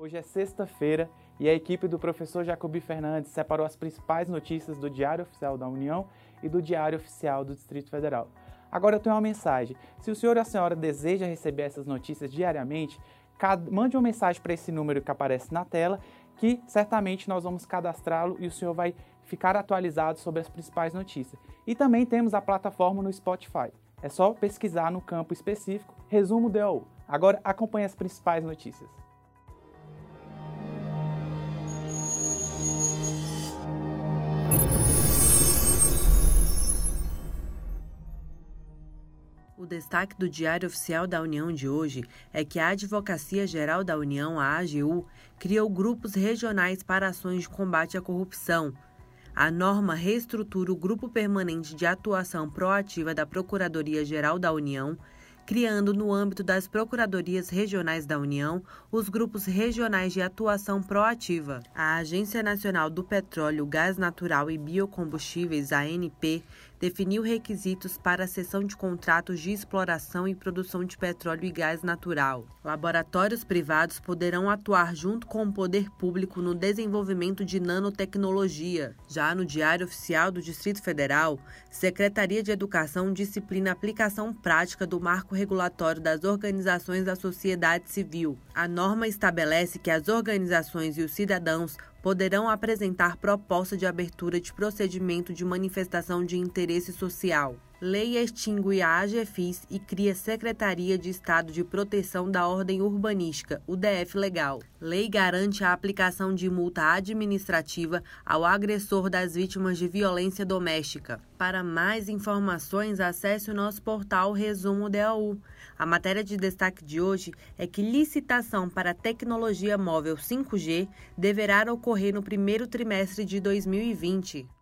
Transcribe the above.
Hoje é sexta-feira e a equipe do professor Jacobi Fernandes separou as principais notícias do Diário Oficial da União e do Diário Oficial do Distrito Federal. Agora eu tenho uma mensagem. Se o senhor ou a senhora deseja receber essas notícias diariamente, mande uma mensagem para esse número que aparece na tela, que certamente nós vamos cadastrá-lo e o senhor vai ficar atualizado sobre as principais notícias. E também temos a plataforma no Spotify. É só pesquisar no campo específico, Resumo DOU. Agora acompanhe as principais notícias. O destaque do Diário Oficial da União de hoje é que a Advocacia Geral da União, a AGU, criou grupos regionais para ações de combate à corrupção. A norma reestrutura o Grupo Permanente de Atuação Proativa da Procuradoria-Geral da União, criando no âmbito das Procuradorias Regionais da União os Grupos Regionais de Atuação Proativa. A Agência Nacional do Petróleo, Gás Natural e Biocombustíveis, ANP, definiu requisitos para a cessão de contratos de exploração e produção de petróleo e gás natural. Laboratórios privados poderão atuar junto com o poder público no desenvolvimento de nanotecnologia. Já no Diário Oficial do Distrito Federal, Secretaria de Educação disciplina a aplicação prática do marco regulatório das organizações da sociedade civil. A norma estabelece que as organizações e os cidadãos poderão apresentar proposta de abertura de procedimento de manifestação de interesse social. Lei extingue a AGFIS e cria Secretaria de Estado de Proteção da Ordem Urbanística, o DF Legal. Lei garante a aplicação de multa administrativa ao agressor das vítimas de violência doméstica. Para mais informações, acesse o nosso portal Resumo DOU. A matéria de destaque de hoje é que licitação para tecnologia móvel 5G deverá ocorrer no primeiro trimestre de 2020.